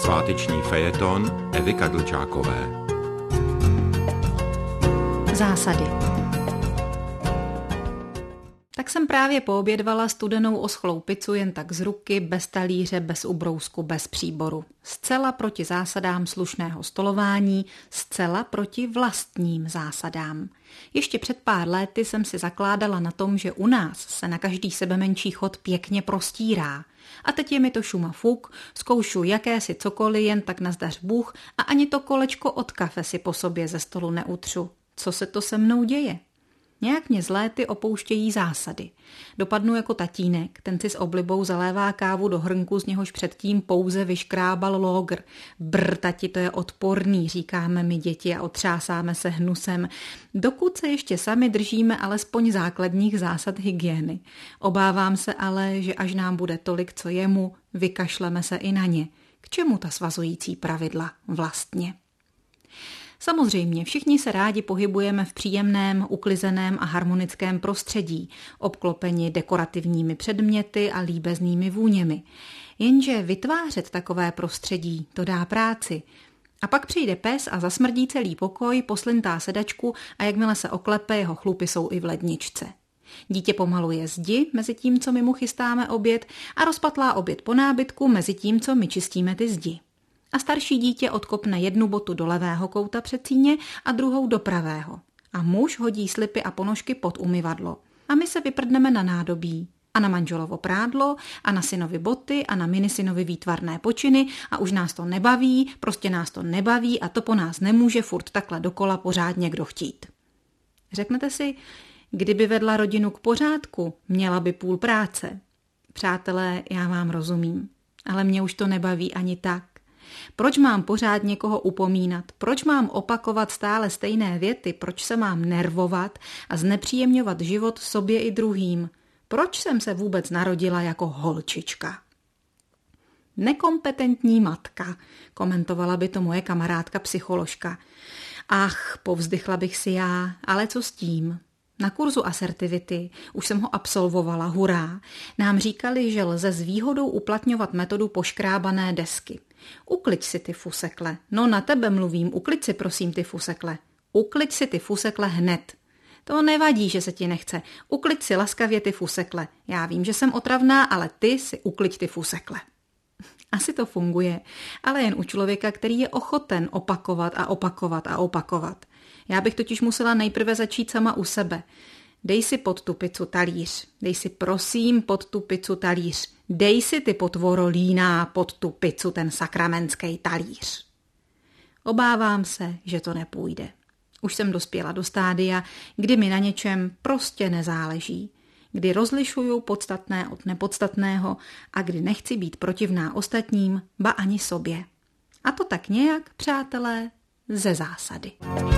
Sváteční fejeton Evy Kadlčákové. Zásady. Tak jsem právě poobědvala studenou oschlou pizzu jen tak z ruky, bez talíře, bez ubrousku, bez příboru. Zcela proti zásadám slušného stolování, zcela proti vlastním zásadám. Ještě před pár lety jsem si zakládala na tom, že u nás se na každý sebemenší chod pěkně prostírá. A teď je mi to šuma fuk, zkoušu jakési cokoliv, jen tak nazdař Bůh a ani to kolečko od kafe si po sobě ze stolu neutřu. Co se to se mnou děje? Nějak mě z léty opouštějí zásady. Dopadnu jako tatínek, ten si s oblibou zalévá kávu do hrnku, z něhož předtím pouze vyškrábal lógr. Brr, tati, to je odporný, říkáme my děti a otřásáme se hnusem. Dokud se ještě sami držíme alespoň základních zásad hygieny. Obávám se ale, že až nám bude tolik, co jemu, vykašleme se i na ně. K čemu ta svazující pravidla vlastně? Samozřejmě, všichni se rádi pohybujeme v příjemném, uklizeném a harmonickém prostředí, obklopeni dekorativními předměty a líbeznými vůněmi. Jenže vytvářet takové prostředí, to dá práci. A pak přijde pes a zasmrdí celý pokoj, poslintá sedačku a jakmile se oklepe, jeho chlupy jsou i v ledničce. Dítě pomaluje zdi mezi tím, co my mu chystáme oběd, a rozpatlá oběd po nábytku mezi tím, co my čistíme ty zdi. A starší dítě odkopne jednu botu do levého kouta předsíně a druhou do pravého. A muž hodí slipy a ponožky pod umyvadlo. A my se vyprdneme na nádobí. A na manželovo prádlo, a na synovi boty, a na minisynovi výtvarné počiny a už nás to nebaví, prostě nás to nebaví a to po nás nemůže furt takhle dokola pořád někdo chtít. Řeknete si, kdyby vedla rodinu k pořádku, měla by půl práce. Přátelé, já vám rozumím, ale mě už to nebaví ani tak. Proč mám pořád někoho upomínat? Proč mám opakovat stále stejné věty? Proč se mám nervovat a znepříjemňovat život sobě i druhým? Proč jsem se vůbec narodila jako holčička? Nekompetentní matka, komentovala by to moje kamarádka psycholožka. Ach, povzdychla bych si já, ale co s tím? Na kurzu asertivity, už jsem ho absolvovala, hurá, nám říkali, že lze s výhodou uplatňovat metodu poškrábané desky. Ukliď si ty fusekle. No na tebe mluvím, ukliď si prosím ty fusekle. Ukliď si ty fusekle hned. To nevadí, že se ti nechce. Ukliď si laskavě ty fusekle. Já vím, že jsem otravná, ale ty si ukliď ty fusekle. Asi to funguje, ale jen u člověka, který je ochoten opakovat a opakovat a opakovat. Já bych totiž musela nejprve začít sama u sebe. Dej si pod tu pizzu talíř. Dej si prosím pod tu pizzu talíř. Dej si ty potvoro líná pod tu pizzu ten sakramentský talíř. Obávám se, že to nepůjde. Už jsem dospěla do stádia, kdy mi na něčem prostě nezáleží. Kdy rozlišuju podstatné od nepodstatného a kdy nechci být protivná ostatním, ba ani sobě. A to tak nějak, přátelé, ze zásady.